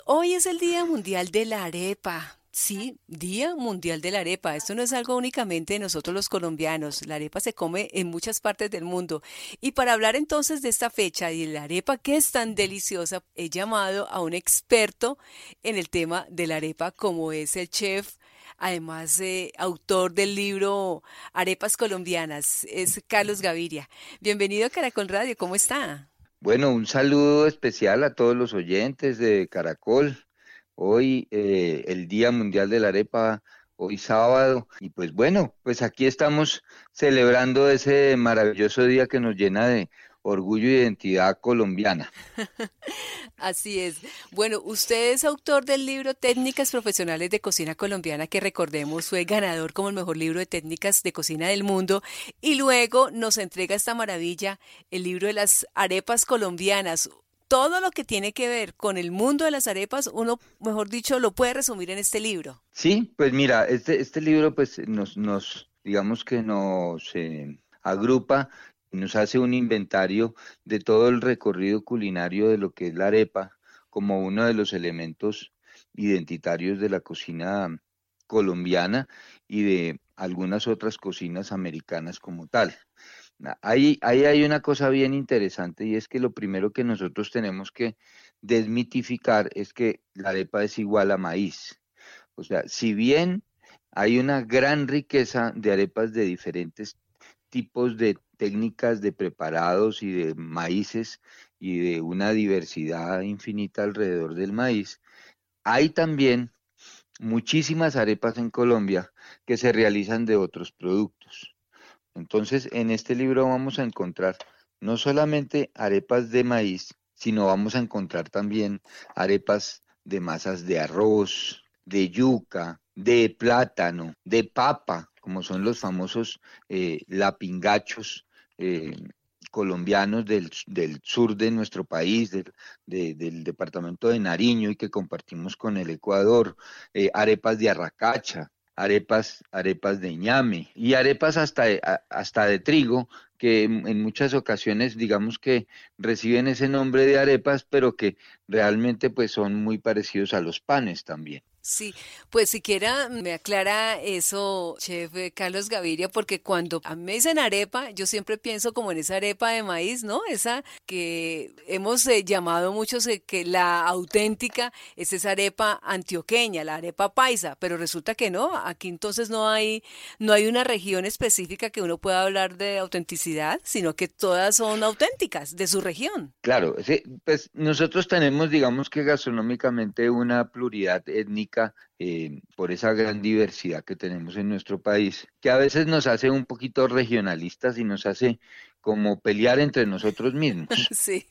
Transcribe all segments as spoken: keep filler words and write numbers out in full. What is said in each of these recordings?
Hoy es el Día Mundial de la Arepa. Sí, Día Mundial de la Arepa. Esto no es algo únicamente de nosotros los colombianos. La arepa se come en muchas partes del mundo. Y para hablar entonces de esta fecha y de la arepa que es tan deliciosa, he llamado a un experto en el tema de la arepa, como es el chef, además eh, autor del libro Arepas Colombianas, es Carlos Gaviria. Bienvenido a Caracol Radio, ¿cómo está? Bueno, un saludo especial a todos los oyentes de Caracol. Hoy eh, el Día Mundial de la Arepa, hoy sábado. Y pues bueno, pues aquí estamos celebrando ese maravilloso día que nos llena de orgullo e identidad colombiana. Así es. Bueno, usted es autor del libro Técnicas Profesionales de Cocina Colombiana, que recordemos fue ganador como el mejor libro de técnicas de cocina del mundo, y luego nos entrega esta maravilla, el libro de las arepas colombianas. Todo lo que tiene que ver con el mundo de las arepas, uno, mejor dicho, lo puede resumir en este libro. Sí, pues mira, este, este libro pues nos, nos, digamos que nos eh, agrupa y nos hace un inventario de todo el recorrido culinario de lo que es la arepa como uno de los elementos identitarios de la cocina colombiana y de algunas otras cocinas americanas como tal. Na- Ahí, ahí hay una cosa bien interesante y es que lo primero que nosotros tenemos que desmitificar es que la arepa es igual a maíz. O sea, si bien hay una gran riqueza de arepas de diferentes tipos de técnicas de preparados y de maíces y de una diversidad infinita alrededor del maíz, hay también muchísimas arepas en Colombia que se realizan de otros productos. Entonces, en este libro vamos a encontrar no solamente arepas de maíz, sino vamos a encontrar también arepas de masas de arroz, de yuca, de plátano, de papa, como son los famosos eh, lapingachos eh, colombianos del, del sur de nuestro país, del, de- del departamento de Nariño y que compartimos con el Ecuador, eh, arepas de arracacha, arepas, arepas de ñame y arepas hasta de, a- hasta de trigo, que en, en muchas ocasiones digamos que reciben ese nombre de arepas, pero que realmente pues son muy parecidos a los panes también. Sí, pues siquiera me aclara eso, chef eh, Carlos Gaviria, porque cuando a mí me dicen arepa, yo siempre pienso como en esa arepa de maíz, ¿no? Esa que hemos eh, llamado muchos eh, que la auténtica es esa arepa antioqueña, la arepa paisa, pero resulta que no, aquí entonces no hay, no hay una región específica que uno pueda hablar de autenticidad, sino que todas son auténticas de su región. Claro, ese- pues nosotros tenemos, digamos que gastronómicamente una pluralidad étnica eh, por esa gran diversidad que tenemos en nuestro país, que a veces nos hace un poquito regionalistas y nos hace como pelear entre nosotros mismos. Sí.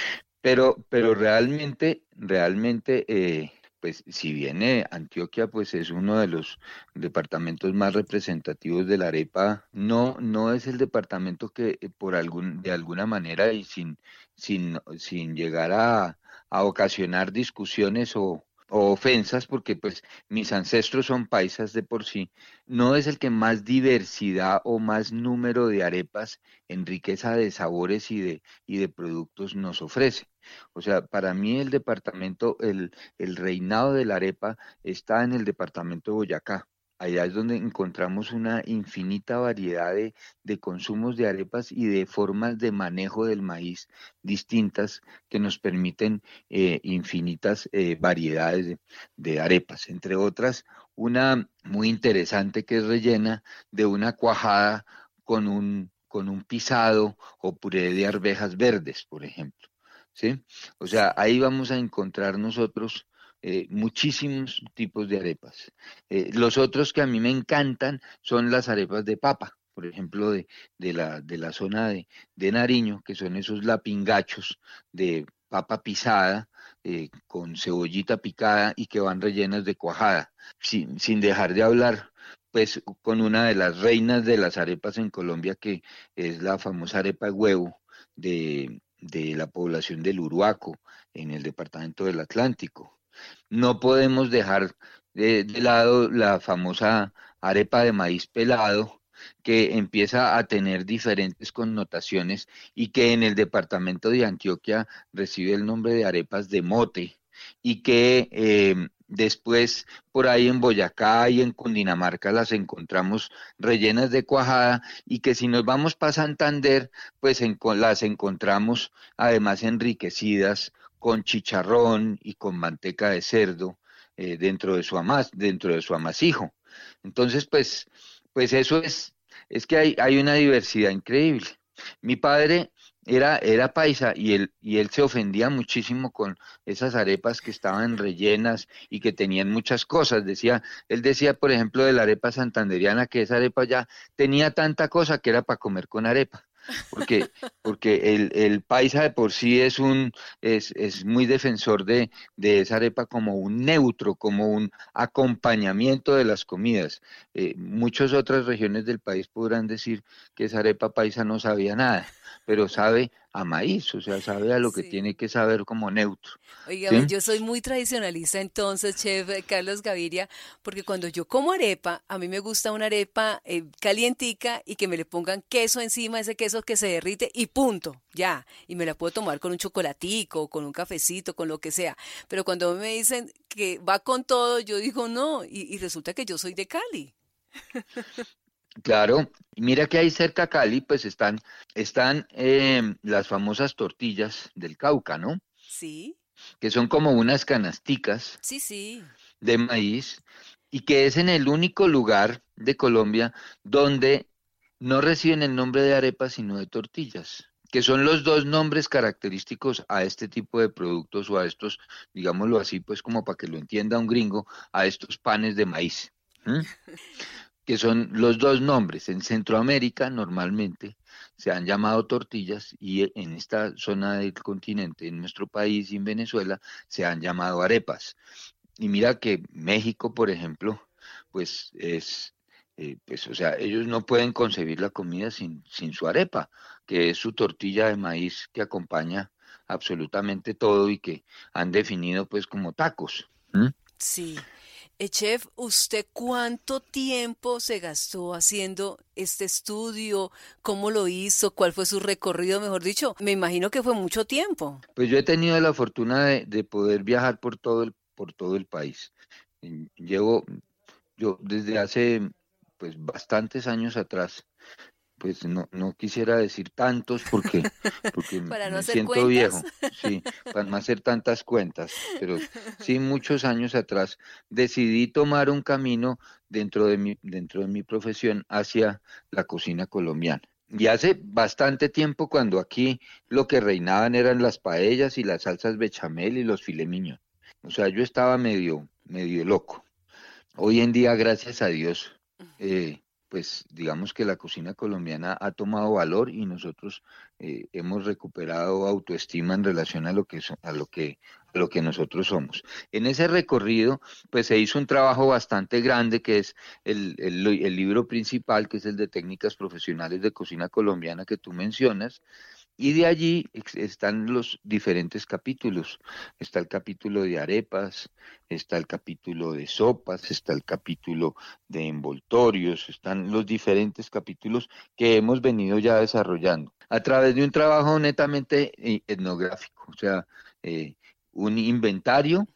Pero, pero realmente, realmente, eh, pues si bien eh, Antioquia pues es uno de los departamentos más representativos de la arepa, no, no es el departamento que eh, por algún, de alguna manera y sin, sin, sin llegar a, a ocasionar discusiones o, o ofensas, porque pues mis ancestros son paisas de por sí, no es el que más diversidad o más número de arepas en riqueza de sabores y de, y de productos nos ofrece. O sea, para mí el departamento, el, el reinado de la arepa está en el departamento de Boyacá. Allá es donde encontramos una infinita variedad de, de consumos de arepas y de formas de manejo del maíz distintas que nos permiten eh, infinitas eh, variedades de, de arepas. Entre otras, una muy interesante que es rellena de una cuajada con un, con un pisado o puré de arvejas verdes, por ejemplo. ¿Sí? O sea, ahí vamos a encontrar nosotros eh, muchísimos tipos de arepas. Eh, los otros que a mí me encantan son las arepas de papa, por ejemplo, de, de la, de la zona de, de Nariño, que son esos lapingachos de papa pisada eh, con cebollita picada y que van rellenas de cuajada, sin, sin dejar de hablar. Pues con una de las reinas de las arepas en Colombia, que es la famosa arepa de huevo, de, de la población del Uruaco, en el departamento del Atlántico. No podemos dejar de, de lado la famosa arepa de maíz pelado, que empieza a tener diferentes connotaciones y que en el departamento de Antioquia recibe el nombre de arepas de mote, y que eh, después por ahí en Boyacá y en Cundinamarca las encontramos rellenas de cuajada y que si nos vamos para Santander, pues en- las encontramos además enriquecidas con chicharrón y con manteca de cerdo eh, dentro de su amas, dentro de su amasijo. Entonces, pues, pues eso es, es que hay, hay una diversidad increíble. Mi padre era, era paisa y él, y él se ofendía muchísimo con esas arepas que estaban rellenas y que tenían muchas cosas. Decía, él decía, por ejemplo, de la arepa santandereana, que esa arepa ya tenía tanta cosa que era para comer con arepa. Porque, porque el, el paisa de por sí es un, es, es muy defensor de, de esa arepa como un neutro, como un acompañamiento de las comidas. Eh, muchas otras regiones del país podrán decir que esa arepa paisa no sabía nada, pero sabe a maíz, o sea, sabe a lo que Sí. tiene que saber como neutro, Óigame, ¿sí? yo soy muy tradicionalista entonces, chef eh, Carlos Gaviria, porque cuando yo como arepa, a mí me gusta una arepa eh, calientica y que me le pongan queso encima, ese queso que se derrite y punto, ya. Y me la puedo tomar con un chocolatico, con un cafecito, con lo que sea. Pero cuando me dicen que va con todo, yo digo no, y, y resulta que yo soy de Cali. Claro, y mira que ahí cerca a Cali, pues están, están eh, las famosas tortillas del Cauca, ¿no? Sí, Que son como unas canasticas sí, sí. de maíz y que es en el único lugar de Colombia donde no reciben el nombre de arepas sino de tortillas, que son los dos nombres característicos a este tipo de productos o a estos, digámoslo así, pues como para que lo entienda un gringo, a estos panes de maíz. ¿M? Que son los dos nombres. En Centroamérica normalmente se han llamado tortillas y en esta zona del continente, en nuestro país y en Venezuela, se han llamado arepas. Y mira que México, por ejemplo, pues es, eh, pues, o sea, ellos no pueden concebir la comida sin, sin su arepa, que es su tortilla de maíz que acompaña absolutamente todo y que han definido pues como tacos. ¿M? Sí. Eh, chef, ¿usted cuánto tiempo se gastó haciendo este estudio? ¿Cómo lo hizo? ¿Cuál fue su recorrido? Mejor dicho, me imagino que fue mucho tiempo. Pues yo he tenido la fortuna de, de poder viajar por todo el, por todo el país. Y Llevo, yo desde hace pues bastantes años atrás, pues no, no quisiera decir tantos porque, porque Para no me hacer siento cuentas. viejo, sí, para no hacer tantas cuentas, pero sí muchos años atrás decidí tomar un camino dentro de mi, dentro de mi profesión hacia la cocina colombiana. Y hace bastante tiempo cuando aquí lo que reinaban eran las paellas y las salsas bechamel y los filet mignon. O sea, yo estaba medio, medio loco. Hoy en día, gracias a Dios, eh, pues digamos que la cocina colombiana ha tomado valor y nosotros eh, hemos recuperado autoestima en relación a lo que so- a lo que a lo que nosotros somos. En ese recorrido, pues se hizo un trabajo bastante grande que es el, el li- el libro principal, que es el de técnicas profesionales de cocina colombiana que tú mencionas, y de allí ex- están los diferentes capítulos. Está el capítulo de arepas, está el capítulo de sopas, está el capítulo de envoltorios, están los diferentes capítulos que hemos venido ya desarrollando a través de un trabajo netamente eh, etnográfico, o sea, eh, un inventario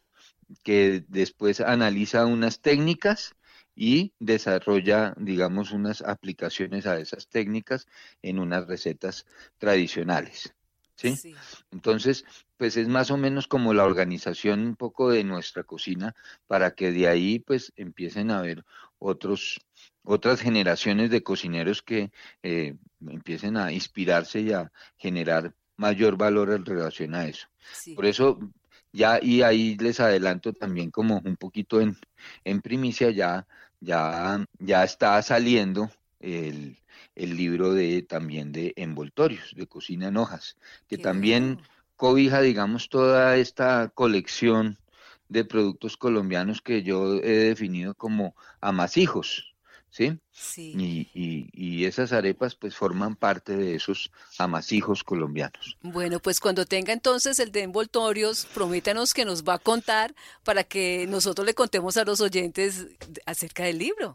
que después analiza unas técnicas y desarrolla, digamos, unas aplicaciones a esas técnicas en unas recetas tradicionales. ¿Sí? Sí. Entonces, pues es más o menos como la organización un poco de nuestra cocina para que de ahí pues empiecen a haber otros, otras generaciones de cocineros que eh, empiecen a inspirarse y a generar mayor valor en relación a eso. Sí. Por eso ya, y ahí les adelanto también como un poquito en, en primicia, ya, ya, ya está saliendo el, el libro de también de envoltorios, de cocina en hojas, que Qué también bueno. cobija, digamos, toda esta colección de productos colombianos que yo he definido como amasijos, ¿sí? Sí. Y, y, y esas arepas pues forman parte de esos amasijos colombianos. Bueno, pues cuando tenga entonces el de envoltorios, prométanos que nos va a contar para que nosotros le contemos a los oyentes de- acerca del libro.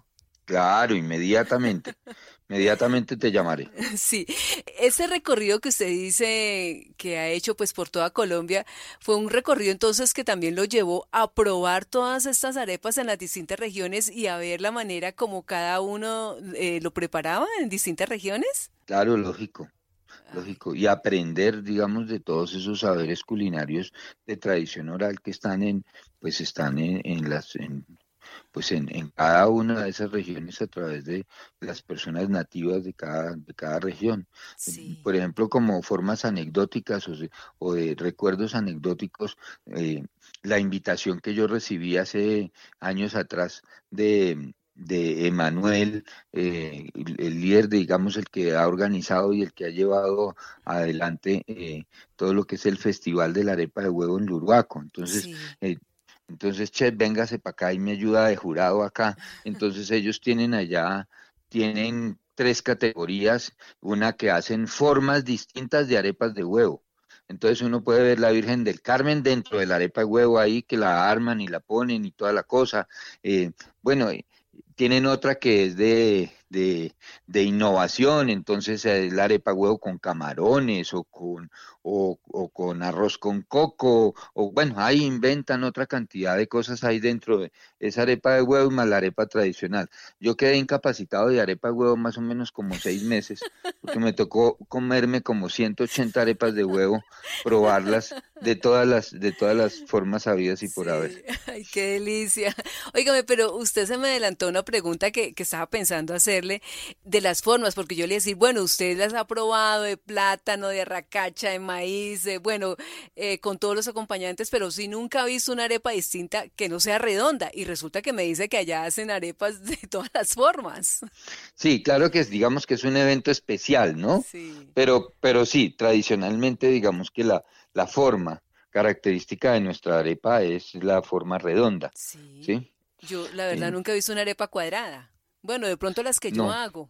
Claro, inmediatamente, inmediatamente te llamaré. Sí, ese recorrido que usted dice que ha hecho pues por toda Colombia fue un recorrido entonces que también lo llevó a probar todas estas arepas en las distintas regiones y a ver la manera como cada uno eh, lo preparaba en distintas regiones. Claro, lógico. Ay, Lógico, y aprender, digamos, de todos esos saberes culinarios de tradición oral que están en, pues están en, en las, en, pues en, en cada una de esas regiones a través de las personas nativas de cada, de cada región. sí. Por ejemplo, como formas anecdóticas o, se- o de recuerdos anecdóticos, eh, la invitación que yo recibí hace años atrás de, de Emanuel, eh, el, el líder, digamos, el que ha organizado y el que ha llevado adelante eh, todo lo que es el Festival de la Arepa de Huevo en Luruaco. Entonces, Sí. eh, entonces, chef, véngase para acá y me ayuda de jurado acá. Entonces, ellos tienen allá, tienen tres categorías, una que hacen formas distintas de arepas de huevo. Entonces uno puede ver la Virgen del Carmen dentro de la arepa de huevo ahí, que la arman y la ponen y toda la cosa. Eh, bueno, eh, tienen otra que es de, de, de innovación, entonces eh, la arepa huevo con camarones o con, o, o con arroz con coco, o bueno, ahí inventan otra cantidad de cosas ahí dentro de esa arepa de huevo más la arepa tradicional. Yo quedé incapacitado de arepa de huevo más o menos como seis meses, porque me tocó comerme como ciento ochenta arepas de huevo, probarlas de todas las, de todas las formas habidas y por haber. Sí, ay, qué delicia. Óigame, pero usted se me adelantó una pregunta que, que estaba pensando hacerle de las formas, porque yo le decía, bueno, usted las ha probado de plátano, de arracacha, de maíz, de, bueno, eh, con todos los acompañantes, pero sí nunca ha visto una arepa distinta que no sea redonda. Y resulta que me dice que allá hacen arepas de todas las formas. Sí, claro que es, digamos que es un evento especial, ¿no? Sí, Pero, pero sí, tradicionalmente digamos que la, la forma característica de nuestra arepa es la forma redonda, sí. ¿sí? Yo, la verdad, Eh, nunca he visto una arepa cuadrada. Bueno, de pronto las que yo no, hago.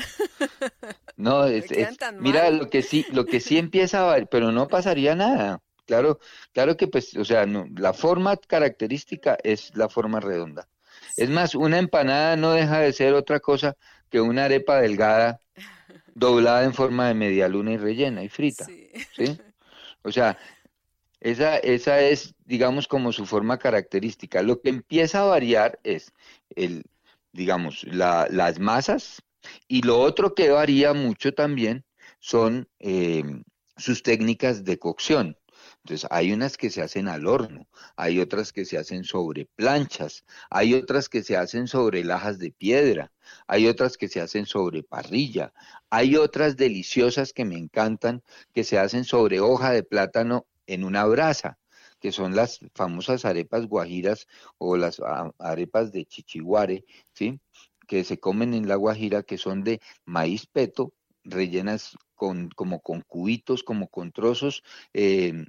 no, Me es, quedan es, tan mal. mira, lo que sí, lo que sí empieza a variar, pero no pasaría nada. Claro, claro que pues, o sea, no, la forma característica es la forma redonda. Es Sí, más, una empanada no deja de ser otra cosa que una arepa delgada doblada en forma de media luna y rellena y frita, sí. ¿sí? O sea, esa, esa es, digamos, como su forma característica. Lo que empieza a variar es el, digamos, la- las masas y lo otro que varía mucho también son eh, sus técnicas de cocción. Entonces, hay unas que se hacen al horno, hay otras que se hacen sobre planchas, hay otras que se hacen sobre lajas de piedra, hay otras que se hacen sobre parrilla, hay otras deliciosas que me encantan que se hacen sobre hoja de plátano en una brasa, que son las famosas arepas guajiras o las a- arepas de chichiguare, ¿sí? Que se comen en la Guajira, que son de maíz peto, rellenas con, como con cubitos, como con trozos eh,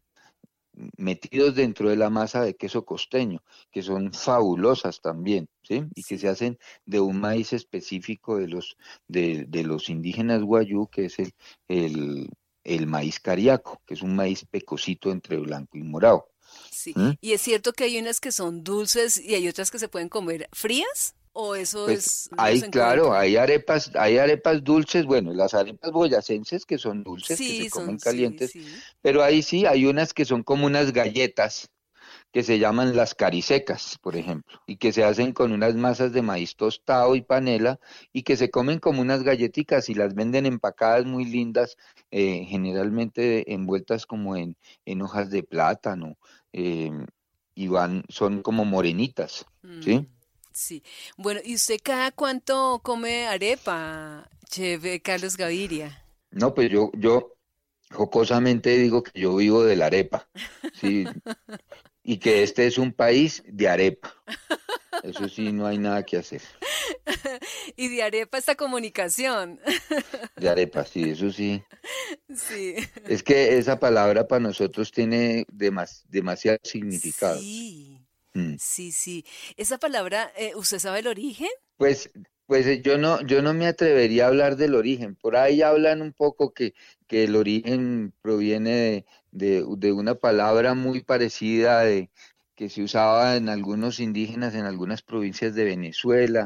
metidos dentro de la masa de queso costeño, que son fabulosas también, ¿sí? Y que se Sí. hacen de un maíz específico de los, de, de los indígenas guayú, que es el, el, el maíz cariaco, que es un maíz pecosito entre blanco y morado. Sí, ¿Mm? y es cierto que hay unas que son dulces y hay otras que se pueden comer frías, o eso Pues es, no hay, se claro, encuentra. hay arepas, hay arepas dulces, bueno, las arepas boyacenses que son dulces, que se Sí, comen son, sí, calientes, sí. pero ahí sí hay unas que son como unas galletas que se llaman las carisecas, por ejemplo, y que se hacen con unas masas de maíz tostado y panela y que se comen como unas galletitas y las venden empacadas muy lindas, eh, generalmente envueltas como en, en hojas de plátano, eh, y van, son como morenitas, Mm, ¿sí? sí. Bueno, ¿y usted cada cuánto come arepa, chef eh, Carlos Gaviria? No, pues yo, yo jocosamente digo que yo vivo de la arepa, ¿sí? Y que este es un país de arepa. Eso sí, no hay nada que hacer. Y de arepa esta comunicación. De arepa, sí, eso sí. Sí. Es que esa palabra para nosotros tiene demas- demasiados significados. Sí, Mm. sí, sí. Esa palabra, eh, ¿usted sabe el origen? Pues, pues eh, yo no, yo no me atrevería a hablar del origen. Por ahí hablan un poco que, que el origen proviene de, de, de una palabra muy parecida de, que se usaba en algunos indígenas en algunas provincias de Venezuela,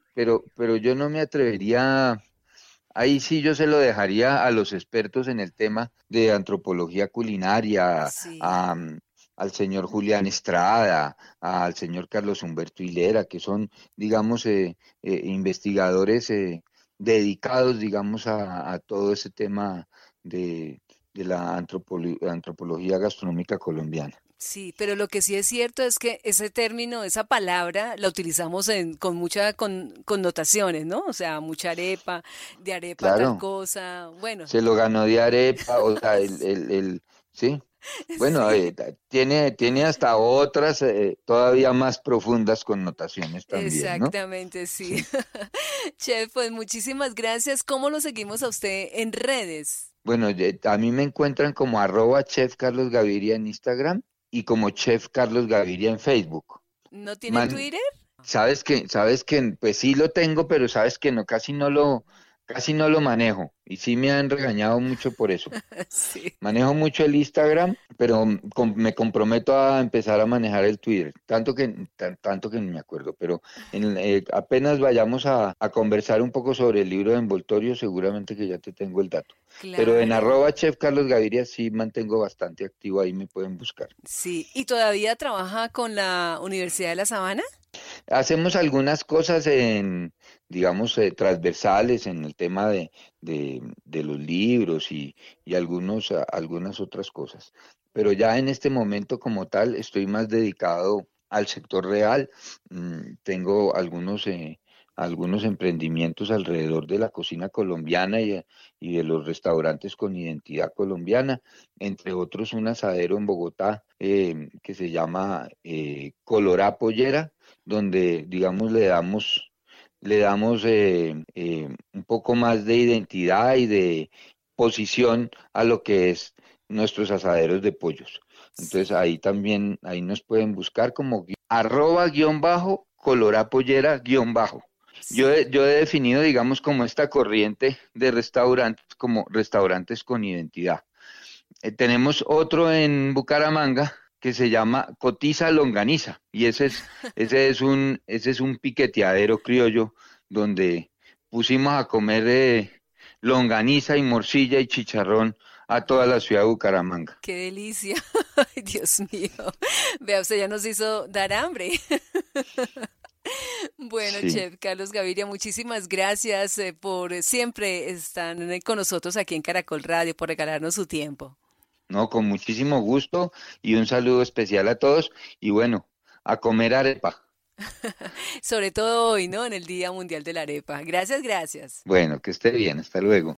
pero, pero yo no me atrevería, ahí sí yo se lo dejaría a los expertos en el tema de antropología culinaria, Sí. a, mm, al señor Julián Estrada, al señor Carlos Humberto Hilera, que son, digamos, eh, eh, investigadores eh, dedicados, digamos, a, a todo ese tema de, de la antropolo- antropología gastronómica colombiana. Sí, pero lo que sí es cierto es que ese término, esa palabra, la utilizamos en, con muchas connotaciones, ¿no? O sea, mucha arepa, de arepa tal Claro, cosa. Bueno, se lo ganó de arepa, o sea, el, el, el, sí. Bueno, sí, eh, ta- tiene, tiene hasta otras eh, todavía más profundas connotaciones también, ¿no? exactamente, sí. Sí. Chef, pues muchísimas gracias. ¿Cómo lo seguimos a usted en redes? Bueno, ye- a mí me encuentran como arroba chef Carlos Gaviria en Instagram y como chef Carlos Gaviria en Facebook. ¿No tiene Man, Twitter? sabes que, sabes que, pues sí lo tengo, pero sabes que no, casi no lo, casi no lo manejo. Y sí me han regañado mucho por eso. Sí. Manejo mucho el Instagram, pero mm, com- me comprometo a empezar a manejar el Twitter, tanto que, tan- tanto que ni me acuerdo, pero en- eh, apenas vayamos a, a conversar un poco sobre el libro de envoltorio, seguramente que ya te tengo el dato. Pero en Claro, arroba chef Carlos Gaviria sí mantengo bastante activo, ahí me pueden buscar. sí. ¿Y todavía trabaja con la Universidad de La Sabana? Hacemos algunas cosas en, digamos, eh, transversales en el tema de, de, de los libros y, y algunos, a- algunas otras cosas. Pero ya en este momento como tal estoy más dedicado al sector real. Mm, tengo algunos, eh, algunos emprendimientos alrededor de la cocina colombiana y, y de los restaurantes con identidad colombiana, entre otros un asadero en Bogotá eh, que se llama eh, Colorá Pollera, donde, digamos, le damos, le damos eh, eh, un poco más de identidad y de posición a lo que es nuestros asaderos de pollos. Entonces Sí. ahí también, ahí nos pueden buscar como gui- arroba guión bajo, colorapollera guión bajo. Yo Sí. he, yo he definido, digamos, como esta corriente de restaurantes, como restaurantes con identidad. Eh, tenemos otro en Bucaramanga que se llama Cotiza Longaniza y ese es, ese es un, ese es un piqueteadero criollo donde pusimos a comer eh, longaniza y morcilla y chicharrón a toda la ciudad de Bucaramanga. Qué delicia. Ay, Dios mío. Vea, usted ya nos hizo dar hambre. Bueno, Sí, Chef Carlos Gaviria, muchísimas gracias eh, por eh, siempre estar eh, con nosotros aquí en Caracol Radio, por regalarnos su tiempo. no, con muchísimo gusto y un saludo especial a todos y bueno, a comer arepa. Sobre todo hoy, ¿no? En el Día Mundial de la Arepa. Gracias, gracias. Bueno, que esté bien, hasta luego.